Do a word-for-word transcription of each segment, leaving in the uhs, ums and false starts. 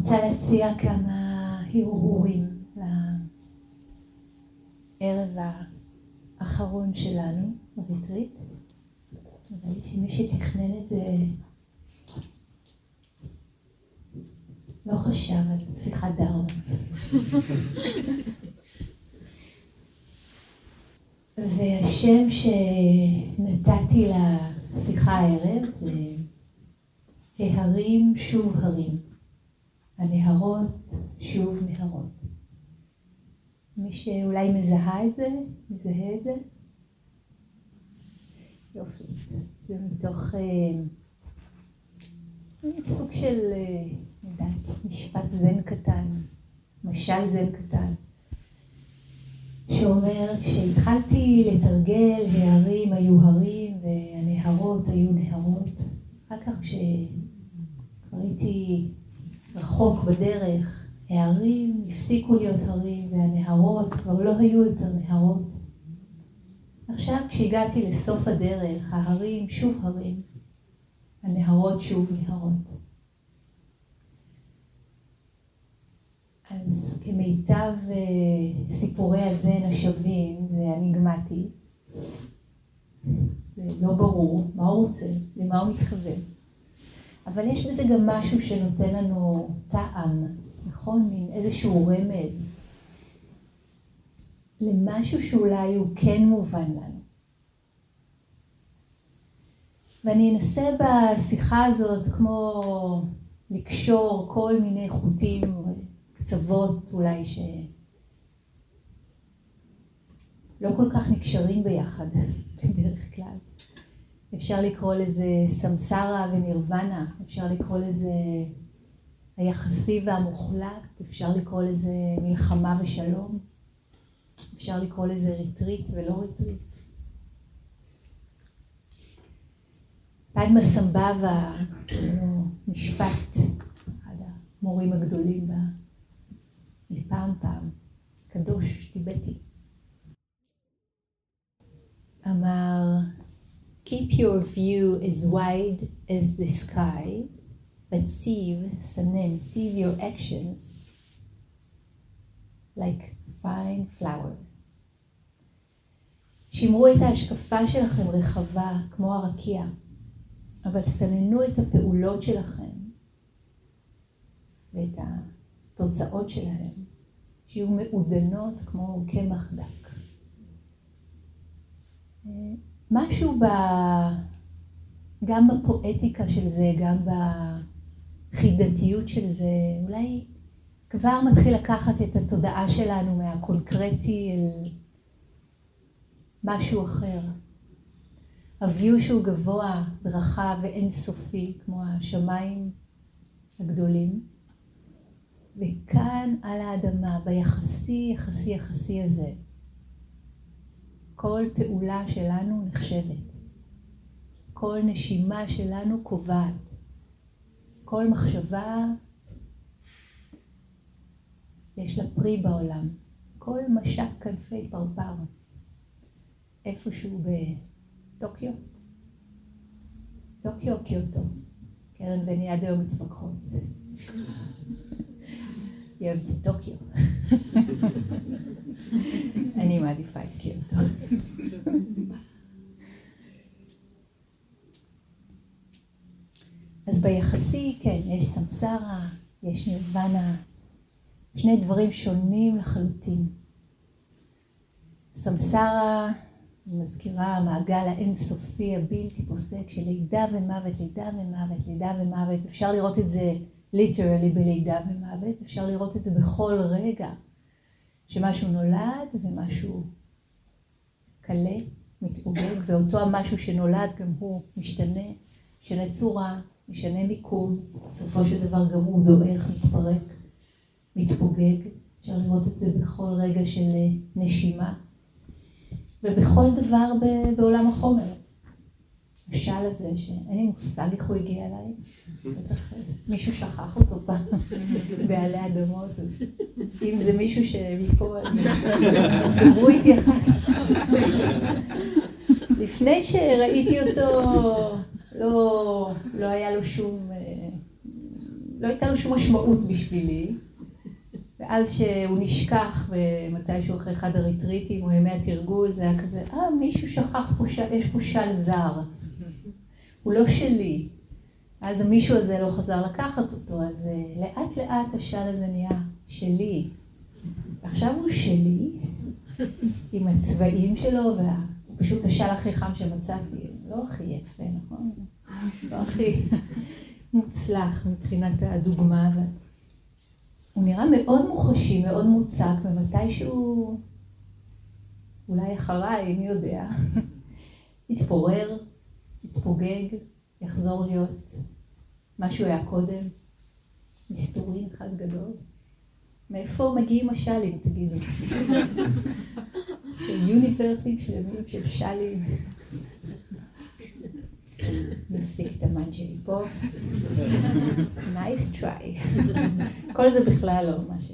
רוצה להציע כמה הרהורים לערב האחרון שלנו בריטריט. נראה לי שמי שתכנן את זה לא חשב על שיחת דרמה. והשם שנתתי לשיחה הערב זה ההרים שוב הרים, הנהרות שוב נהרות. מי שאולי מזהה את זה, מזהה את זה? יופי. זה מתוך אה, סוג של אה, יודעת, משפט זן קטן, משל זן קטן, שאומר, כשהתחלתי לתרגל, ההרים היו הרים והנהרות היו נהרות. אחר כך כשכבר הייתי רחוק בדרך, ההרים הפסיקו להיות הרים והנהרות כבר לא היו יותר נהרות. עכשיו כשהגעתי לסוף הדרך, ההרים שוב הרים, הנהרות שוב נהרות. אז כמיטב uh, סיפורי הזן השווים, זה אניגמטי. זה לא ברור מה הוא רוצה, למה הוא מתכוון. אבל יש בזה גם משהו שנותן לנו טעם, נכון? מין איזשהו רמז. למשהו שאולי הוא כן מובן לנו. ואני אנסה בשיחה הזאת כמו לקשור כל מיני חוטים, קצוות אולי שלא כל כך נקשרים ביחד בדרך כלל. אפשר לקרוא לזה סמסרה ונירוונה, אפשר לקרוא לזה היחסי והמוחלט, אפשר לקרוא לזה מלחמה ושלום, אפשר לקרוא לזה ריטריט ולא ריטריט. פדמה סמבאבה, משפט, אחד המורים הגדולים בה, מפעם פעם, קדוש טיבטי. אמר, keep your view as wide as the sky, but sieve, סנן, sieve your actions like fine flower. שמרו את ההשקפה שלכם רחבה כמו הרקיע, אבל סננו את הפעולות שלכם ואת התוצאות שלהם, שיהיו מעודנות כמו קמח דק. משהו ב... גם בפואטיקה של זה, גם בחידתיות של זה, אולי כבר מתחיל לקחת את התודעה שלנו מהקונקרטי אל משהו אחר. הוויו שהוא גבוה, רחב ואינסופי, כמו השמיים הגדולים. וכאן על האדמה, ביחסי, יחסי, יחסי הזה, כל פעולה שלנו נחשבת. כל נשימה שלנו קובעת. כל מחשבה יש לה פרי בעולם. כל משק כנפי פרפר. איפשהו בטוקיו. טוקיו או קיוטו. קרן ואני עד היום מתווכחות. היא אוהבת בטוקיו. אני מעדיפה את קיוטו. אז ביחסי, כן, יש סמסרה, יש נירוונה, שני דברים שונים לחלוטין. סמסרה, אני מזכירה, המעגל האינסופי הבלתי פוסק של לידה ומוות, לידה ומוות, לידה ומוות. אפשר לראות את זה ליטרלי בלידה ומוות, אפשר לראות את זה בכל רגע, שמשהו נולד ומשהו קלה, מתפוגג, ואותו המשהו שנולד גם הוא משתנה, משנה צורה, משנה מיקום, בסופו של דבר גם הוא דועך, מתפרק, מתפוגג. אפשר לראות את זה בכל רגע של נשימה, ובכל דבר בעולם החומר. השל הזה, שאין לי מושג איך הוא הגיע אליי, בטח מישהו שכח אותו פעם בעלי אדמות, אז אם זה מישהו שמפה, דברו איתי אחר כך. לפני שראיתי אותו, לא, לא היה לו שום, לא הייתה לו שום משמעות בשבילי. ואז שהוא נשכח ומתישהו אחרי אחד הריטריטים או ימי התרגול, זה היה כזה, אה, מישהו שכח פה, יש פה של זר. הוא לא שלי. אז המישהו הזה לא חזר לקחת אותו, אז לאט לאט השל הזה נהיה שלי. עכשיו הוא שלי, עם הצבעים שלו, ופשוט השל הכי חם שמצאתי, לא הכי יפה, נכון? לא הכי מוצלח מבחינת הדוגמה. הוא נראה מאוד מוחשי, מאוד מוצק, ומתישהו, אולי אחריי, מי יודע, יתפורר, יתפוגג, יחזור להיות מה שהוא היה קודם, מסתורין אחד גדול. מאיפה מגיעים השלים, תגידו? של יוניברסים שלמים, של שלים. נפסיק את המן שלי פה. Nice try. כל זה בכלל לא מה ש...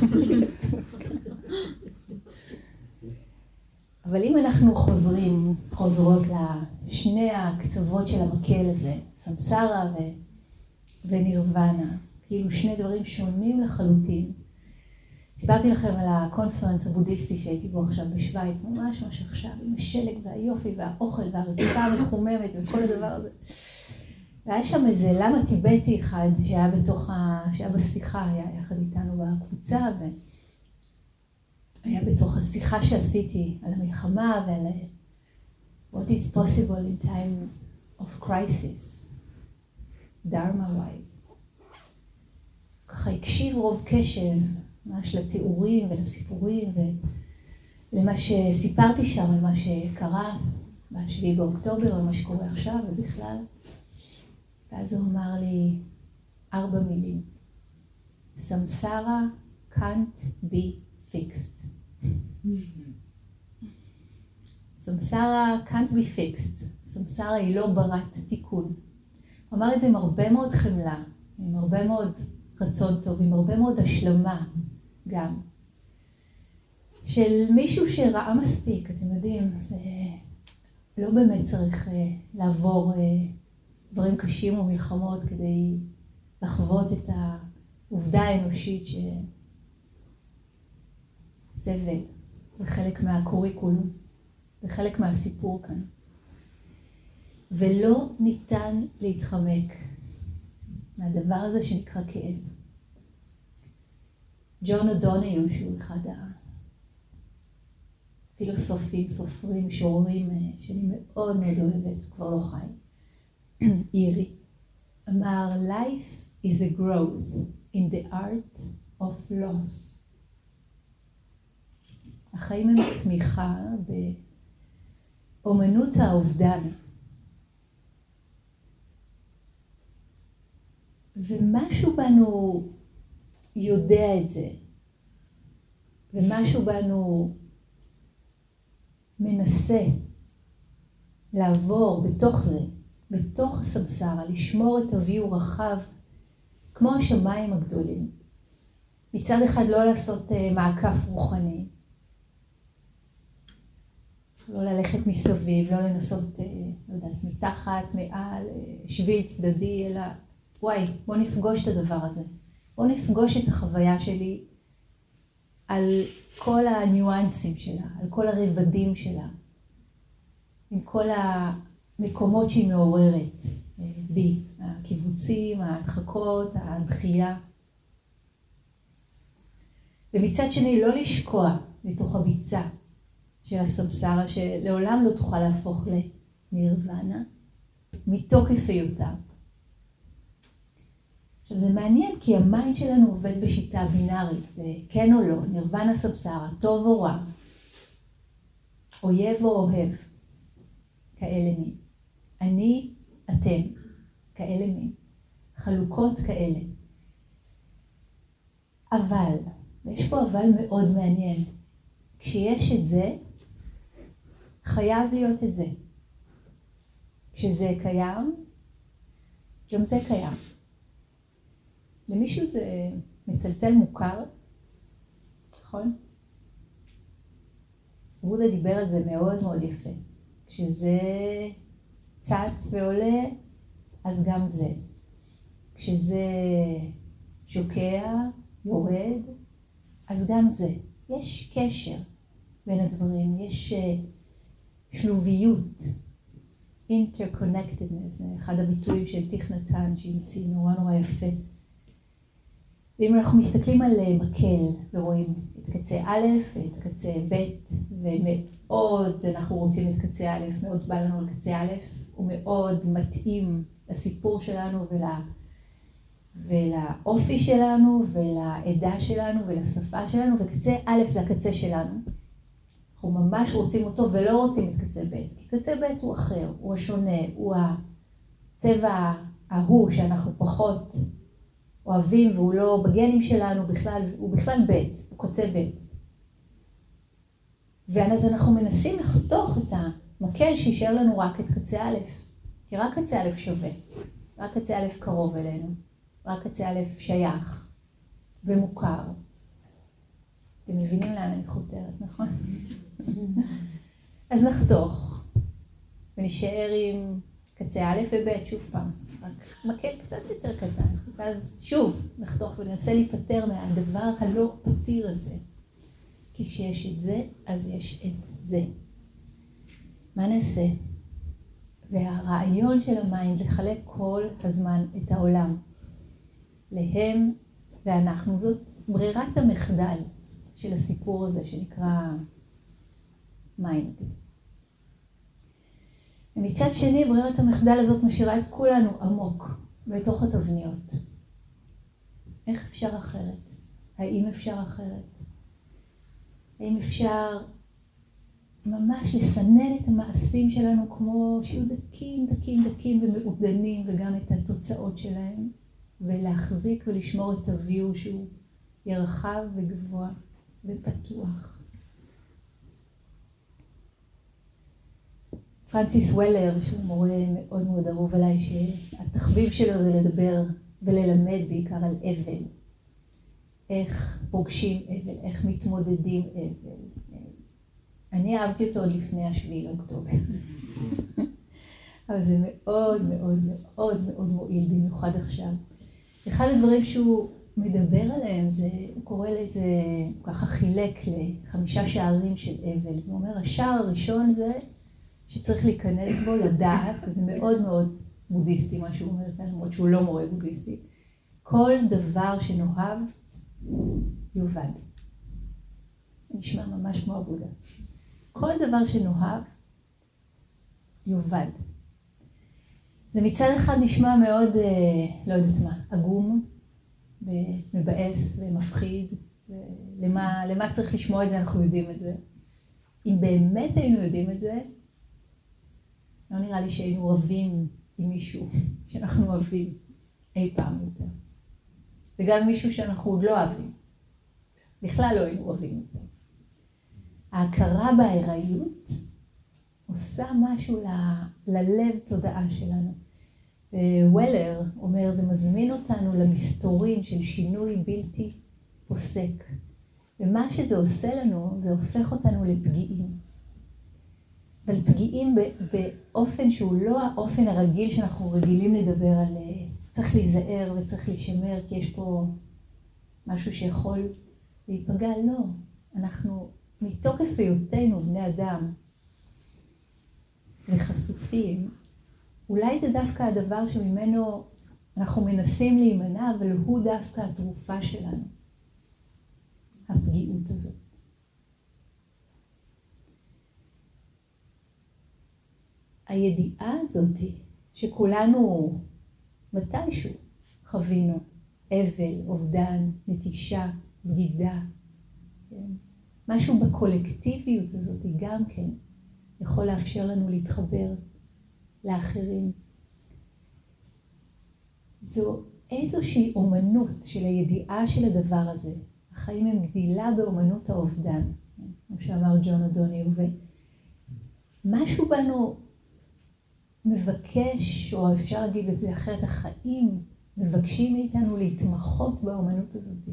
אבל אם אנחנו חוזרים, חוזרות לשני הקצוות של המקל הזה, סמסרה ו... ונירוונה, כאילו שני דברים שונים לחלוטין. סיפרתי לכם על הקונפרנס הבודהיסטי שהייתי בו עכשיו בשוויץ, ממש ממש עכשיו, עם השלג והיופי והאוכל והרצפה המחוממת וכל הדבר הזה. והיה שם איזה למה טיבטי אחד שהיה בתוך ה... שהיה בשיחה, היה יחד איתנו בקבוצה, והיה בתוך השיחה שעשיתי על המלחמה ועל what is possible in times of crisis, dharma wise. ככה הקשיב רוב קשב, ממש לתיאורים ולסיפורים ולמה שסיפרתי שם, למה שקרה בשביעי באוקטובר, או מה שקורה עכשיו ובכלל. ואז הוא אמר לי ארבע מילים. Samsara can't be fixed. Samsara can't be fixed. Samsara היא לא ברת תיקון. הוא אמר את זה עם הרבה מאוד חמלה, עם הרבה מאוד רצון טוב, עם הרבה מאוד השלמה גם. של מישהו שראה מספיק, אתם יודעים, זה לא באמת צריך לעבור דברים קשים או מלחמות כדי לחוות את העובדה האנושית שסבל זה חלק מהקוריקולום, זה חלק מהסיפור כאן. ולא ניתן להתחמק מהדבר הזה שנקרא כאב. ג'ון אודוניו, שהוא אחד הפילוסופים, סופרים, משוררים, שאני מאוד מאוד אוהבת, כבר לא חי, אירי, אמר, life is a growth in the art of loss. החיים הם צמיחה באומנות האובדן. ומשהו בנו יודע את זה, ומשהו בנו מנסה לעבור בתוך זה, בתוך הסמסרה, לשמור את הוויו רחב, כמו השמיים הגדולים. מצד אחד לא לעשות מעקף רוחני, לא ללכת מסביב, לא לנסות, לא יודעת, מתחת, מעל, שביל צדדי, אלא וואי, בוא נפגוש את הדבר הזה. בוא נפגוש את החוויה שלי על כל הניואנסים שלה, על כל הרבדים שלה, עם כל המקומות שהיא מעוררת בי, הקיבוצים, ההדחקות, הדחייה. ומצד שני, לא לשקוע לתוך הביצה של הסמסרה, שלעולם לא תוכל להפוך לנירוונה, מתוקף היותה. עכשיו זה מעניין כי המיינד שלנו עובד בשיטה בינארית, זה כן או לא, נירוונה סמסרה, טוב או רע, אויב או אוהב, כאלה מין. אני, אתם, כאלה מין. חלוקות כאלה. אבל, ויש פה אבל מאוד מעניין, כשיש את זה, חייב להיות את זה. כשזה קיים, גם זה קיים. למישהו זה מצלצל מוכר, נכון? בודה דיבר על זה מאוד מאוד יפה. כשזה צץ ועולה, אז גם זה. כשזה שוקע, יורד, אז גם זה. יש קשר בין הדברים, יש שלוביות, interconnectedness, זה אחד הביטויים של תיך נתן שהמציא נורא נורא יפה. ואם אנחנו מסתכלים על מקל ורואים את קצה א' ואת קצה ב', ומאוד אנחנו רוצים את קצה א', מאוד בא לנו על קצה א', הוא מאוד מתאים לסיפור שלנו ול... ולאופי שלנו ולעדה שלנו ולשפה שלנו, וקצה א' זה הקצה שלנו. אנחנו ממש רוצים אותו ולא רוצים את קצה ב', כי קצה ב' הוא אחר, הוא השונה, הוא הצבע ההוא שאנחנו פחות אוהבים, והוא לא בגנים שלנו בכלל, הוא בכלל ב', הוא קצה ב'. ואז אנחנו מנסים לחתוך את המקל שישאר לנו רק את קצה א', כי רק קצה א' שווה, רק קצה א' קרוב אלינו, רק קצה א' שייך ומוכר. אתם מבינים לאן אני חותרת, נכון? אז נחתוך ונשאר עם קצה א' וב' שוב פעם, רק מקל קצת יותר קטן. אז שוב נחתוך וננסה להיפטר מהדבר הלא פתיר הזה. כי כשיש את זה, אז יש את זה. מה נעשה? והרעיון של המיינד לחלק כל הזמן את העולם. להם ואנחנו. זאת ברירת המחדל של הסיפור הזה שנקרא מיינד. ומצד שני, ברירת המחדל הזאת משאירה את כולנו עמוק בתוך התבניות. איך אפשר אחרת? האם אפשר אחרת? האם אפשר ממש לסנן את המעשים שלנו כמו שיהיו דקים, דקים, דקים ומעודנים, וגם את התוצאות שלהם, ולהחזיק ולשמור את הוויו שהוא ירחב וגבוה ופתוח. פרנסיס וולר, שהוא מורה מאוד מאוד אהוב עליי, שהתחביב שלו זה לדבר וללמד בעיקר על אבל. איך פוגשים אבל, איך מתמודדים אבל. אני אהבתי אותו עוד לפני השביעי לאוקטובר. אבל זה מאוד מאוד מאוד מאוד מועיל, במיוחד עכשיו. אחד הדברים שהוא מדבר עליהם, זה, הוא קורא לזה, הוא ככה חילק לחמישה שערים של אבל. הוא אומר, השער הראשון זה שצריך להיכנס בו, לדעת, וזה מאוד מאוד בודהיסטי, מה שהוא אומר כאן, למרות שהוא לא מורה בודהיסטי. כל דבר שנאהב, יובד. זה נשמע ממש כמו הבודה. כל דבר שנאהב, יובד. זה מצד אחד נשמע מאוד, לא יודעת מה, עגום, ומבאס ומפחיד. למה, למה צריך לשמוע את זה, אנחנו יודעים את זה. אם באמת היינו יודעים את זה, לא נראה לי שהיינו רבים עם מישהו שאנחנו אוהבים אי פעם יותר. וגם מישהו שאנחנו עוד לא אוהבים. בכלל לא היינו אוהבים את זה. ההכרה בהיראיות עושה משהו ל- ללב תודעה שלנו. וולר אומר, זה מזמין אותנו למסתורים של שינוי בלתי פוסק. ומה שזה עושה לנו, זה הופך אותנו לפגיעים. אבל פגיעים באופן שהוא לא האופן הרגיל שאנחנו רגילים לדבר על צריך להיזהר וצריך להישמר, כי יש פה משהו שיכול להיפגע. לא, אנחנו מתוקף היותנו בני אדם וחשופים, אולי זה דווקא הדבר שממנו אנחנו מנסים להימנע, אבל הוא דווקא התרופה שלנו, הפגיעות הזאת. הידיעה הזאת שכולנו מתישהו חווינו אבל, אובדן, נטישה, בגידה, כן? משהו בקולקטיביות הזאת גם כן יכול לאפשר לנו להתחבר לאחרים. זו איזושהי אומנות של הידיעה של הדבר הזה. החיים הם גדילה באומנות האובדן, כמו שאמר ג'ון אדוני, ומשהו בנו מבקש, או אפשר להגיד את זה אחרת, החיים מבקשים מאיתנו להתמחות באומנות הזאת.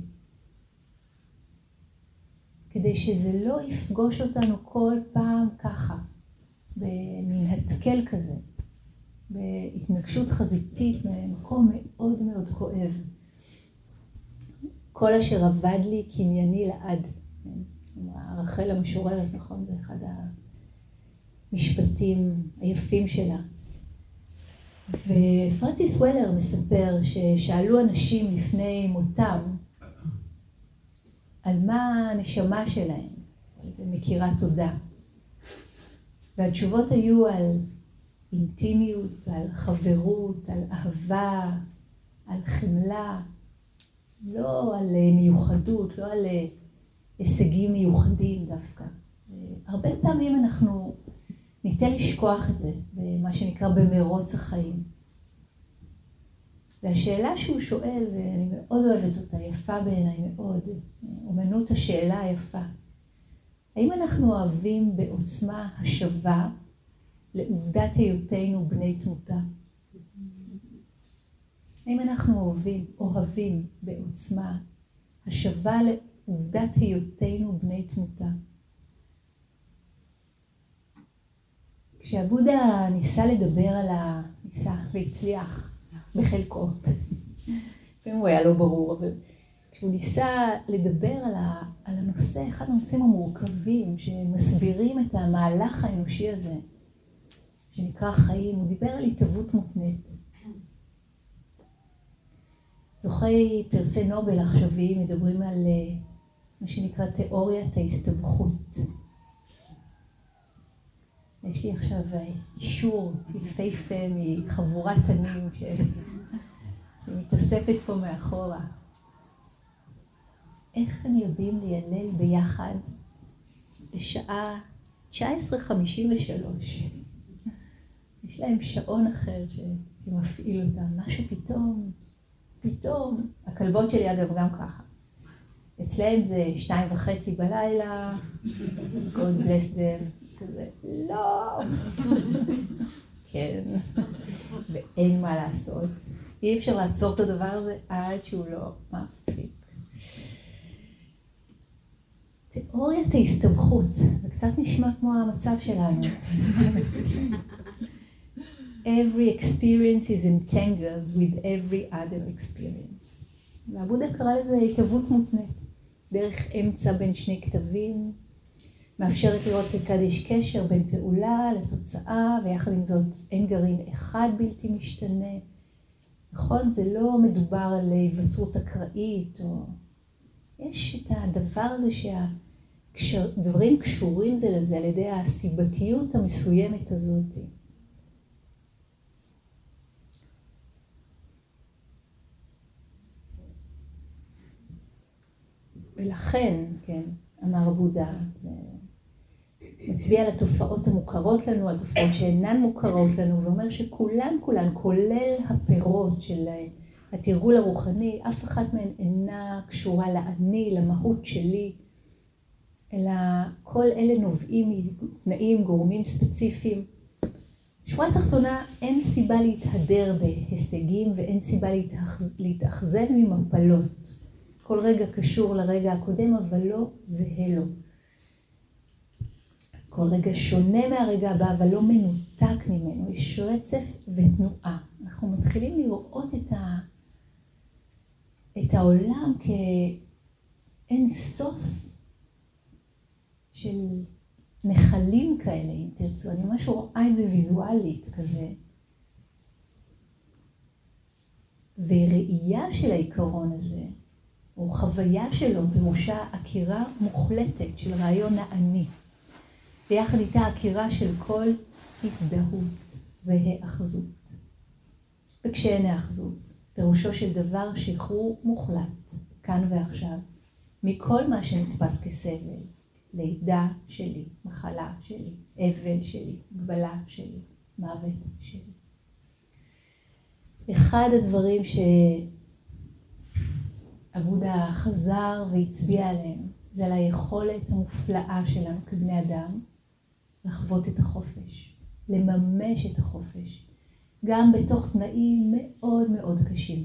כדי שזה לא יפגוש אותנו כל פעם ככה, במין התקל כזה, בהתנגשות חזיתית ממקום מאוד מאוד כואב. כל אשר עבד לי קנייני לעד. רחל המשוררת, נכון? זה אחד המשפטים היפים שלה. ופרנסיס וולר מספר ששאלו אנשים לפני מותם על מה הנשמה שלהם, זה מכירה תודה. והתשובות היו על אינטימיות, על חברות, על אהבה, על חמלה, לא על מיוחדות, לא על הישגים מיוחדים דווקא. הרבה פעמים אנחנו ניתן לשכוח את זה, במה שנקרא במרוץ החיים. והשאלה שהוא שואל, ואני מאוד אוהבת אותה, יפה בעיניי מאוד, אומנות השאלה היפה. האם אנחנו אוהבים בעוצמה השווה לעובדת היותנו בני תמותה? האם אנחנו אוהבים, אוהבים בעוצמה השווה לעובדת היותנו בני תמותה? כשהבודה ניסה לדבר על ה... ניסה והצליח בחלקו, לפעמים הוא היה לא ברור, אבל כשהוא ניסה לדבר על, ה... על הנושא, אחד הנושאים המורכבים שמסבירים את המהלך האנושי הזה, שנקרא חיים, הוא דיבר על התהוות מותנית. זוכי פרסי נובל עכשוויים מדברים על מה שנקרא תיאוריית ההסתבכות. יש לי עכשיו אישור יפהפה מחבורת תנים שמתאספת פה מאחורה. איך הם יודעים ליילל ביחד בשעה תשע עשרה חמישים ושלוש? יש להם שעון אחר שמפעיל אותם, משהו פתאום, פתאום. הכלבות שלי אגב גם ככה. אצלהם זה שתיים וחצי בלילה, God bless them, כזה, לא. כן, ואין מה לעשות. אי אפשר לעצור את הדבר הזה עד שהוא לא מפסיק. תיאוריית ההסתבכות, זה קצת נשמע כמו המצב שלנו. Every experience is entangled with every other experience. והבודה קרא לזה התהוות מותנית. דרך אמצע בין שני כתבים, מאפשרת לראות כיצד יש קשר בין פעולה לתוצאה, ויחד עם זאת אין גרעין אחד בלתי משתנה. נכון, זה לא מדובר על היווצרות אקראית, או... יש את הדבר הזה שהדברים קשורים זה לזה על ידי הסיבתיות המסוימת הזאת. ולכן, כן, אמר בודה, מצביע על התופעות המוכרות לנו, על תופעות שאינן מוכרות לנו, ואומר שכולן, כולן, כולל הפירות של התרגול הרוחני, אף אחת מהן אינה קשורה לאני, למהות שלי, אלא כל אלה נובעים מתנאים, גורמים ספציפיים. בשורה התחתונה, אין סיבה להתהדר בהישגים ואין סיבה להתאכזב ממפלות. כל רגע קשור לרגע הקודם, אבל לא זהה לו. כל רגע שונה מהרגע הבא, אבל לא מנותק ממנו. יש רצף ותנועה. אנחנו מתחילים לראות את, ה... את העולם כאין סוף של נחלים כאלה, אם תרצו. אני ממש רואה את זה ויזואלית כזה. וראייה של העיקרון הזה, או חוויה שלו, פירושה עקירה מוחלטת של רעיון האני. ויחד איתה עקירה של כל הזדהות והאחזות. וכשאין האחזות, פירושו של דבר שחרור מוחלט, כאן ועכשיו, מכל מה שנתפס כסבל, לידה שלי, מחלה שלי, אבל שלי, גבלה שלי, מוות שלי. אחד הדברים שהבודה חזר והצביע עליהם, זה על היכולת המופלאה שלנו כבני אדם, לחוות את החופש, לממש את החופש, גם בתוך תנאים מאוד מאוד קשים.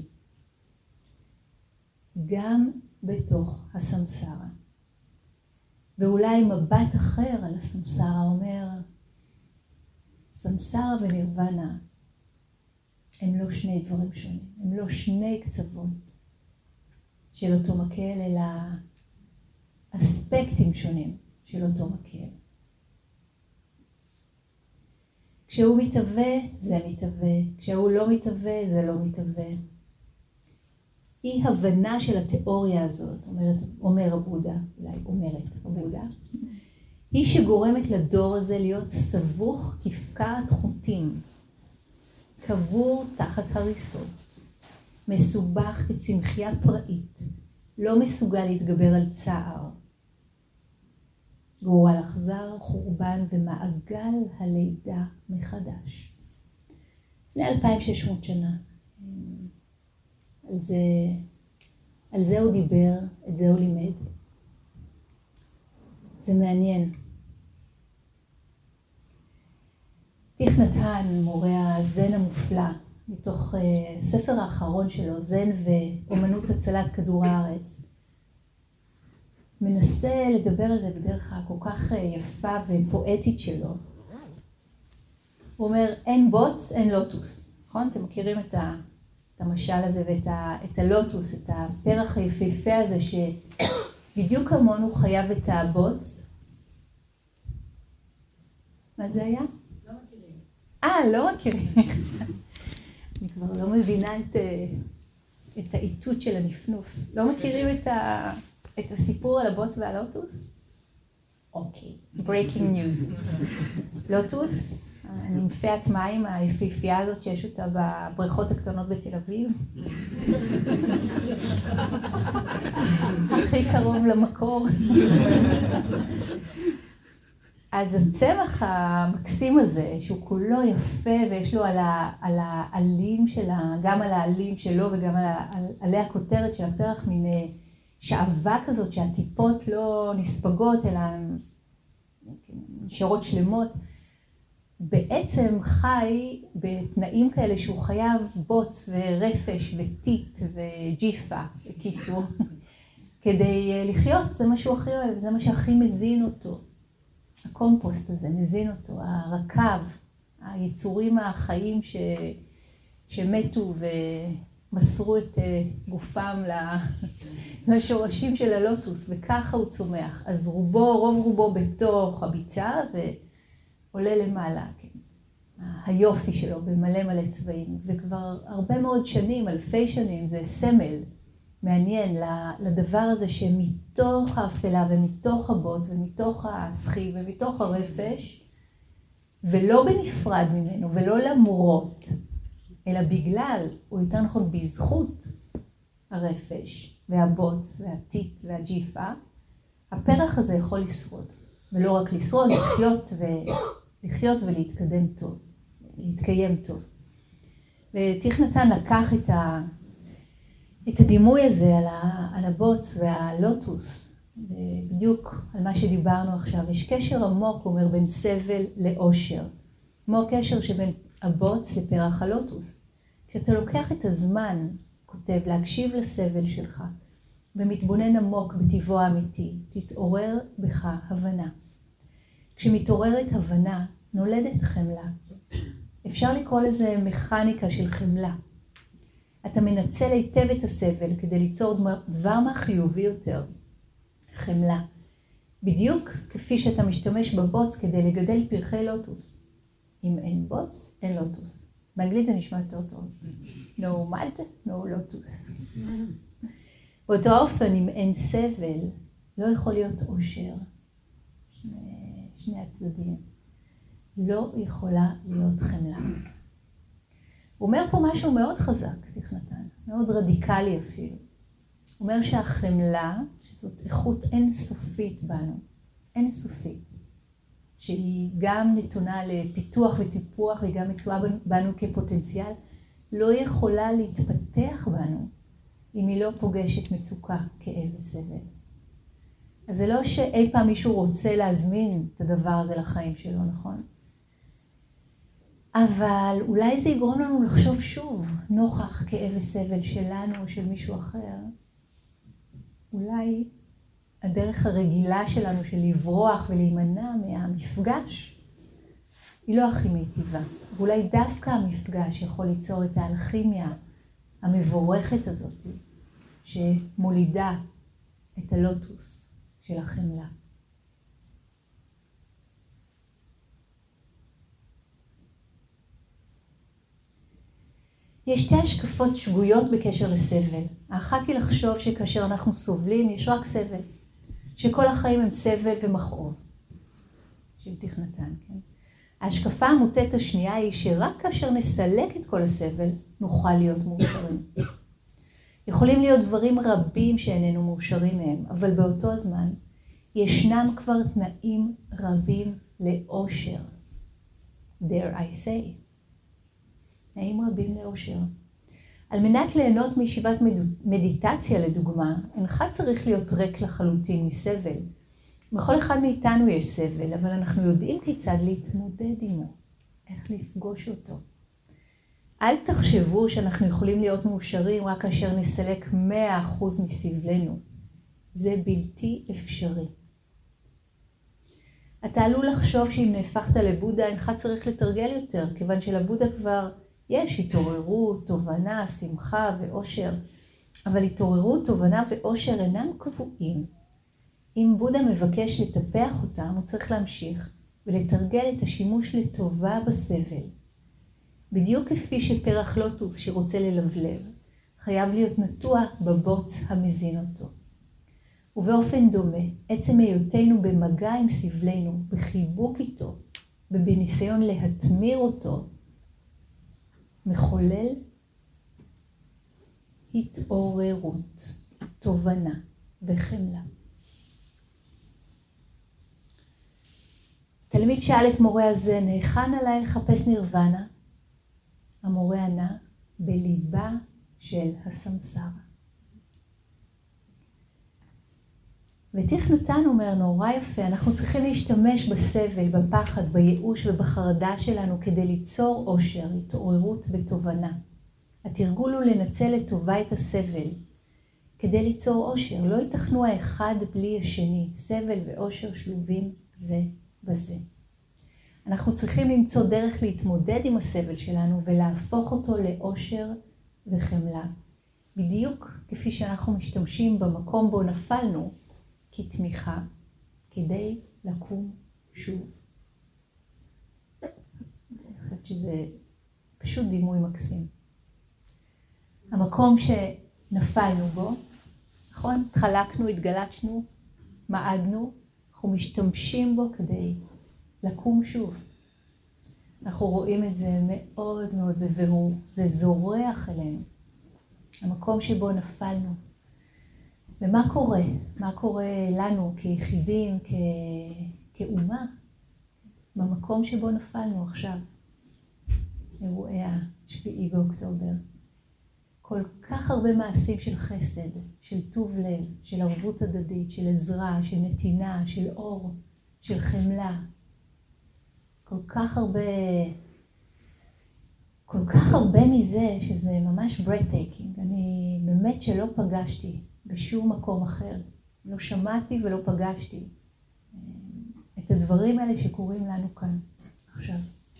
גם בתוך הסמסרה. ואולי מבט אחר על הסמסרה אומר, סמסרה ונירוונה הם לא שני דברים שונים, הם לא שני קצוות. של אותו מקל, אלא אספקטים שונים של אותו מקל. כשהוא מתהווה, זה מתהווה. כשהוא לא מתהווה, זה לא מתהווה. אי הבנה של התיאוריה הזאת, אומרת, אומר הבודה, אולי אומרת הבודה, היא שגורמת לדור הזה להיות סבוך כפקעת חוטים, קבור תחת הריסות, מסובך כצמחייה פראית, לא מסוגל להתגבר על צער. גורל אכזר, חורבן ומעגל הלידה מחדש. לפני אלפיים ושש מאות שנה. על זה, על זה הוא דיבר, את זה הוא לימד. זה מעניין. טיך נתן, מורה הזן המופלא, מתוך uh, ספר האחרון שלו, זן ואומנות הצלת כדור הארץ, מנסה לדבר על זה בדרך הכל כך uh, יפה ופואטית שלו. הוא אומר, אין בוץ, אין לוטוס. נכון? אתם מכירים את, ה, את המשל הזה ואת ה, את הלוטוס, את הפרח היפהפה הזה שבדיוק כמונו חייב את הבוץ. מה זה היה? לא מכירים. אה, לא מכירים. אני כבר לא מבינה את, את האיתות של הנפנוף. לא מכירים את, ה, את הסיפור על הבוץ והלוטוס? אוקיי, breaking news. לוטוס, נמפיית מים היפהפייה הזאת שיש אותה בבריכות הקטנות בתל אביב. הכי קרוב למקור. אז הצמח המקסים הזה, שהוא כולו יפה ויש לו על, ה, על העלים שלה, גם על העלים שלו וגם על, על, עלי הכותרת של הפרח, מין שעבה כזאת שהטיפות לא נספגות אלא נשארות שלמות, בעצם חי בתנאים כאלה שהוא חייב בוץ ורפש וטיט וג'יפה, בקיצור, כדי לחיות. זה מה שהוא הכי אוהב, זה מה שהכי מזין אותו. הקומפוסט הזה מזין אותו, הרקב, היצורים החיים ש... שמתו ומסרו את גופם לשורשים של הלוטוס, וככה הוא צומח. אז רובו, רוב רובו בתוך הביצה ועולה למעלה, כן. היופי שלו במלא מלא צבעים, וכבר הרבה מאוד שנים, אלפי שנים, זה סמל מעניין לדבר הזה שמתוך האפלה ומתוך הבוץ ומתוך הסחיב ומתוך הרפש, ולא בנפרד ממנו ולא למורות, אלא בגלל, או יותר נכון בזכות הרפש והבוץ והטיט והג'יפה, הפרח הזה יכול לשרוד. ולא רק לשרוד, לחיות, ו... לחיות ולהתקדם טוב, להתקיים טוב. וטיך נתן לקח את ה... את הדימוי הזה על, ה, על הבוץ והלוטוס, בדיוק על מה שדיברנו עכשיו, יש קשר עמוק, אומר, בין סבל לאושר, כמו הקשר שבין הבוץ לפרח הלוטוס. כשאתה לוקח את הזמן, כותב, להקשיב לסבל שלך, ומתבונן עמוק בטבעו האמיתי, תתעורר בך הבנה. כשמתעוררת הבנה, נולדת חמלה. אפשר לקרוא לזה מכניקה של חמלה. אתה מנצל היטב את הסבל כדי ליצור דבר מה חיובי יותר, חמלה. בדיוק כפי שאתה משתמש בבוץ כדי לגדל פרחי לוטוס. אם אין בוץ, אין לוטוס. באנגלית זה נשמע יותר טוב. No mud, no lotus. באותו אופן, אם אין סבל, לא יכול להיות אושר. שני, שני הצדדים. לא יכולה להיות חמלה. הוא אומר פה משהו מאוד חזק, טיך נתן, מאוד רדיקלי אפילו. הוא אומר שהחמלה, שזאת איכות אינסופית בנו, אינסופית, שהיא גם נתונה לפיתוח וטיפוח והיא גם מצויה בנו כפוטנציאל, לא יכולה להתפתח בנו אם היא לא פוגשת מצוקה, כאב וסבל. אז זה לא שאי פעם מישהו רוצה להזמין את הדבר הזה לחיים שלו, נכון? אבל אולי זה יגרום לנו לחשוב שוב, נוכח כאב וסבל שלנו או של מישהו אחר. אולי הדרך הרגילה שלנו של לברוח ולהימנע מהמפגש היא לא הכי מיטיבה. ואולי דווקא המפגש יכול ליצור את האלכימיה המבורכת הזאת שמולידה את הלוטוס של החמלה. יש שתי השקפות שגויות בקשר לסבל. האחת היא לחשוב שכאשר אנחנו סובלים יש רק סבל. שכל החיים הם סבל ומכאוב. של תכנתן, כן? ההשקפה המוטית השנייה היא שרק כאשר נסלק את כל הסבל נוכל להיות מאושרים. יכולים להיות דברים רבים שאיננו מאושרים מהם, אבל באותו הזמן ישנם כבר תנאים רבים לאושר. Dare I say. תנאים רבים לאושר. על מנת ליהנות מישיבת מדיטציה לדוגמה, אינך צריך להיות ריק לחלוטין מסבל. בכל אחד מאיתנו יש סבל, אבל אנחנו יודעים כיצד להתמודד עמו, איך לפגוש אותו. אל תחשבו שאנחנו יכולים להיות מאושרים רק כאשר נסלק מאה אחוז מסבלנו. זה בלתי אפשרי. אתה עלול לחשוב שאם נהפכת לבודה אינך צריך לתרגל יותר, כיוון שלבודה כבר יש התעוררות, תובנה, שמחה ואושר, אבל התעוררות, תובנה ואושר אינם קבועים. אם בודה מבקש לטפח אותם, הוא צריך להמשיך ולתרגל את השימוש לטובה בסבל. בדיוק כפי שפרח לוטוס שרוצה ללבלב, חייב להיות נטוע בבוץ המזין אותו. ובאופן דומה, עצם היותנו במגע עם סבלנו, בחיבוק איתו, ובניסיון להתמיר אותו, מחולל התעוררות, תובנה וחמלה. תלמיד שאל את מורה הזה, היכן עליי לחפש נירוונה? המורה ענה, בליבה של הסמסרה. ותכנתן אומר נורא יפה, אנחנו צריכים להשתמש בסבל, בפחד, בייאוש ובחרדה שלנו כדי ליצור אושר, התעוררות ותובנה. התרגול הוא לנצל לטובה את הסבל כדי ליצור אושר. לא ייתכנו האחד בלי השני, סבל ואושר שלובים זה בזה. אנחנו צריכים למצוא דרך להתמודד עם הסבל שלנו ולהפוך אותו לאושר וחמלה. בדיוק כפי שאנחנו משתמשים במקום בו נפלנו כתמיכה כדי לקום שוב. אני חושבת שזה פשוט דימוי מקסים. המקום שנפלנו בו, נכון? התחלקנו, התגלצנו, מעדנו, אנחנו משתמשים בו כדי לקום שוב. אנחנו רואים את זה מאוד מאוד בבירור. זה זורח אלינו. המקום שבו נפלנו. ומה קורה? מה קורה לנו כיחידים, כ... כאומה? במקום שבו נפלנו עכשיו. אירועי השביעי באוקטובר. כל כך הרבה מעשים של חסד, של טוב לב, של ערבות הדדית, של עזרה, של נתינה, של אור, של חמלה. כל כך הרבה, כל כך הרבה מזה שזה ממש breathtaking. אני באמת שלא פגשתי בשום מקום אחר. לא שמעתי ולא פגשתי את הדברים האלה שקורים לנו כאן עכשיו.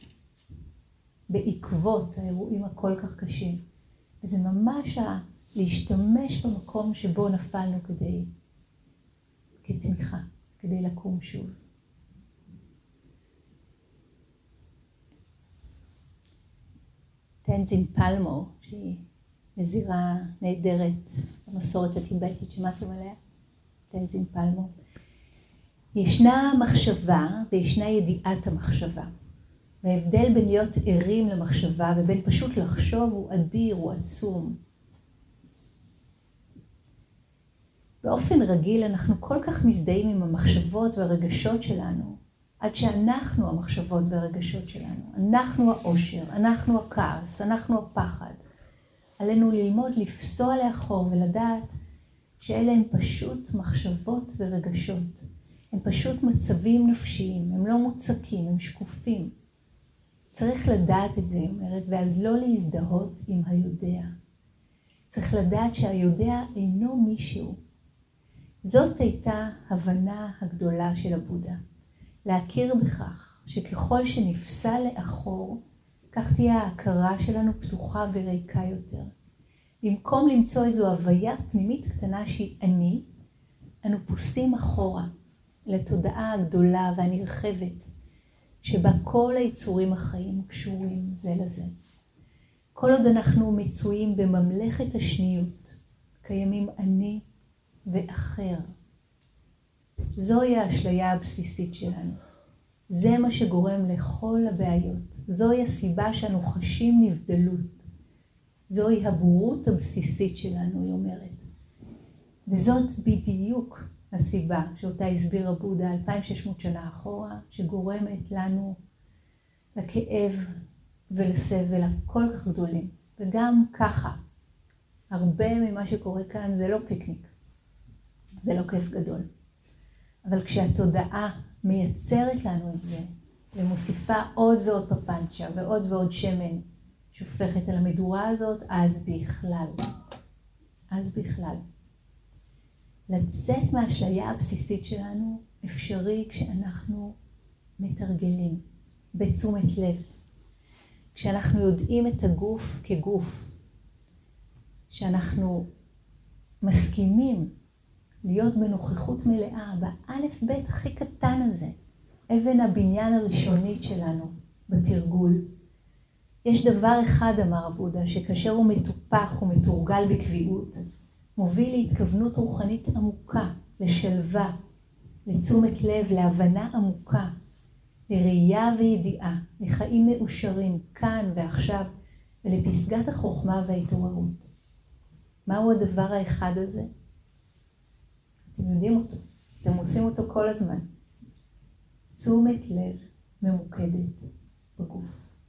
בעקבות האירועים הכל כך קשים. וזה ממש להשתמש במקום שבו נפלנו כדי, כתמיכה, כדי לקום שוב. טנזין פלמו, שהיא נזירה נהדרת במסורת הטיבטית, שמעתם עליה? טנזין פלמו. ישנה מחשבה וישנה ידיעת המחשבה. וההבדל בין להיות ערים למחשבה ובין פשוט לחשוב הוא אדיר, הוא עצום. באופן רגיל אנחנו כל כך מזדהים עם המחשבות והרגשות שלנו, עד שאנחנו המחשבות והרגשות שלנו. אנחנו האושר, אנחנו הכעס, אנחנו הפחד. עלינו ללמוד לפסוע לאחור ולדעת שאלה הם פשוט מחשבות ורגשות. הם פשוט מצבים נפשיים, הם לא מוצקים, הם שקופים. צריך לדעת את זה, היא אומרת, ואז לא להזדהות עם היודע. צריך לדעת שהיודע אינו מישהו. זאת הייתה הבנה הגדולה של הבודה. להכיר בכך שככל שנפסע לאחור, כך תהיה ההכרה שלנו פתוחה וריקה יותר. במקום למצוא איזו הוויה פנימית קטנה שהיא אני, אנו פוסעים אחורה לתודעה הגדולה והנרחבת, שבה כל היצורים החיים קשורים זה לזה. כל עוד אנחנו מצויים בממלכת השניות, קיימים אני ואחר. זוהי האשליה הבסיסית שלנו. זה מה שגורם לכל הבעיות. זוהי הסיבה שאנו חשים נבדלות. זוהי הבורות הבסיסית שלנו, היא אומרת. וזאת בדיוק הסיבה שאותה הסביר הבודה אלפיים ושש מאות שנה אחורה, שגורמת לנו לכאב ולסבל הכל כך גדולים. וגם ככה, הרבה ממה שקורה כאן זה לא פיקניק. זה לא כיף גדול. אבל כשהתודעה מייצרת לנו את זה, ומוסיפה עוד ועוד פפנצ'ה ועוד ועוד שמן שופכת על המדורה הזאת, אז בכלל. אז בכלל. לצאת מהאשליה הבסיסית שלנו אפשרי כשאנחנו מתרגלים בתשומת לב. כשאנחנו יודעים את הגוף כגוף. כשאנחנו מסכימים להיות בנוכחות מלאה, באלף בית הכי קטן הזה, אבן הבניין הראשונית שלנו בתרגול. יש דבר אחד, אמר הבודה, שכאשר הוא מטופח ומתורגל בקביעות, מוביל להתכוונות רוחנית עמוקה, לשלווה, לתשומת לב, להבנה עמוקה, לראייה וידיעה, לחיים מאושרים כאן ועכשיו, ולפסגת החוכמה וההתעוררות. מהו הדבר האחד הזה? אתם יודעים אותו, אתם עושים אותו כל הזמן. תשומת לב ממוקדת בגוף.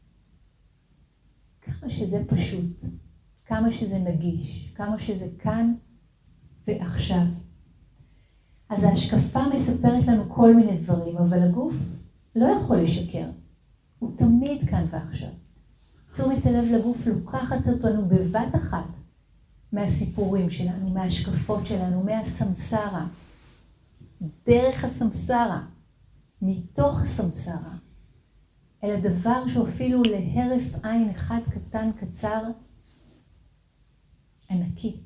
כמה שזה פשוט, כמה שזה נגיש, כמה שזה כאן ועכשיו. אז ההשקפה מספרת לנו כל מיני דברים, אבל הגוף לא יכול לשקר. הוא תמיד כאן ועכשיו. תשומת הלב לגוף לוקחת אותנו בבת אחת מהסיפורים שלנו, מההשקפות שלנו, מהסמסרה. דרך הסמסרה, מתוך הסמסרה, אל הדבר שהוא אפילו להרף עין אחד קטן קצר, ענקי.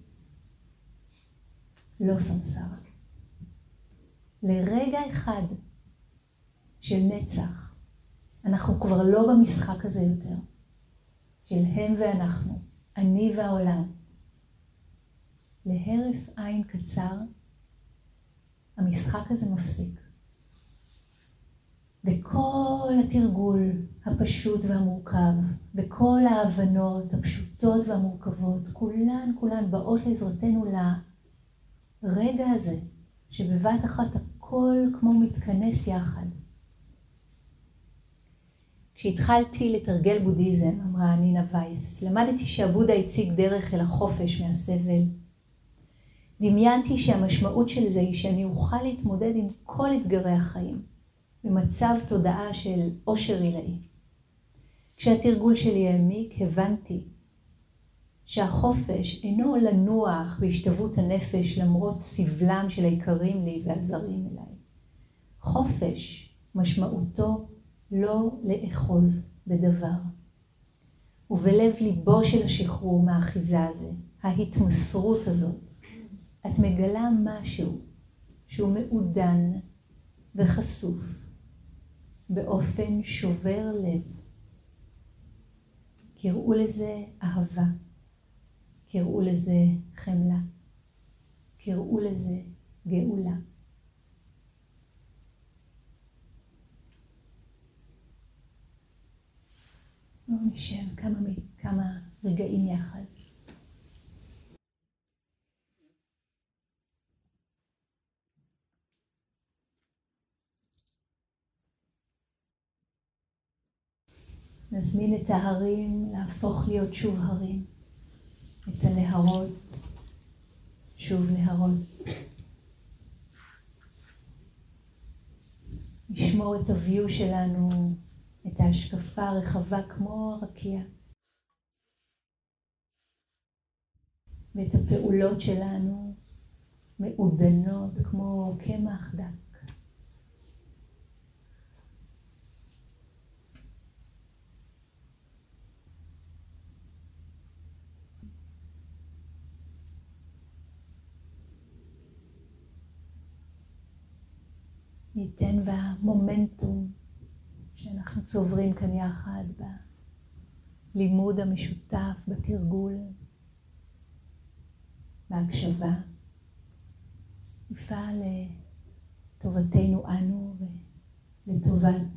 לא סמסרה. לרגע אחד של נצח, אנחנו כבר לא במשחק הזה יותר, של הם ואנחנו, אני והעולם. להרף עין קצר, המשחק הזה מפסיק. וכל התרגול הפשוט והמורכב, וכל ההבנות הפשוטות והמורכבות, כולן כולן באות לעזרתנו לרגע הזה, שבבת אחת הכל כמו מתכנס יחד. כשהתחלתי לתרגל בודהיזם, אמרה נינה וייס, למדתי שהבודה הציג דרך אל החופש מהסבל. דמיינתי שהמשמעות של זה היא שאני אוכל להתמודד עם כל אתגרי החיים, במצב תודעה של עושר עילאי. כשהתרגול שלי העמיק, הבנתי שהחופש אינו לנוח בהשתוות הנפש למרות סבלם של היקרים לי והזרים אליי. חופש משמעותו לא לאחוז בדבר. ובלב ליבו של השחרור מהאחיזה הזה, ההתמסרות הזאת, את מגלה משהו שהוא מעודן וחשוף באופן שובר לב. קראו לזה אהבה, קראו לזה חמלה, קראו לזה גאולה. בואו נשב כמה, כמה רגעים יחד. נזמין את ההרים להפוך להיות שוב הרים, את הנהרות, שוב נהרות. נשמור את הוויו שלנו, את ההשקפה הרחבה כמו הרקיע. ואת הפעולות שלנו מעודנות כמו קמח דק. ניתן במומנטום שאנחנו צוברים כאן יחד בלימוד המשותף, בתרגול, בהקשבה. נפעל לטובתנו אנו ולטובת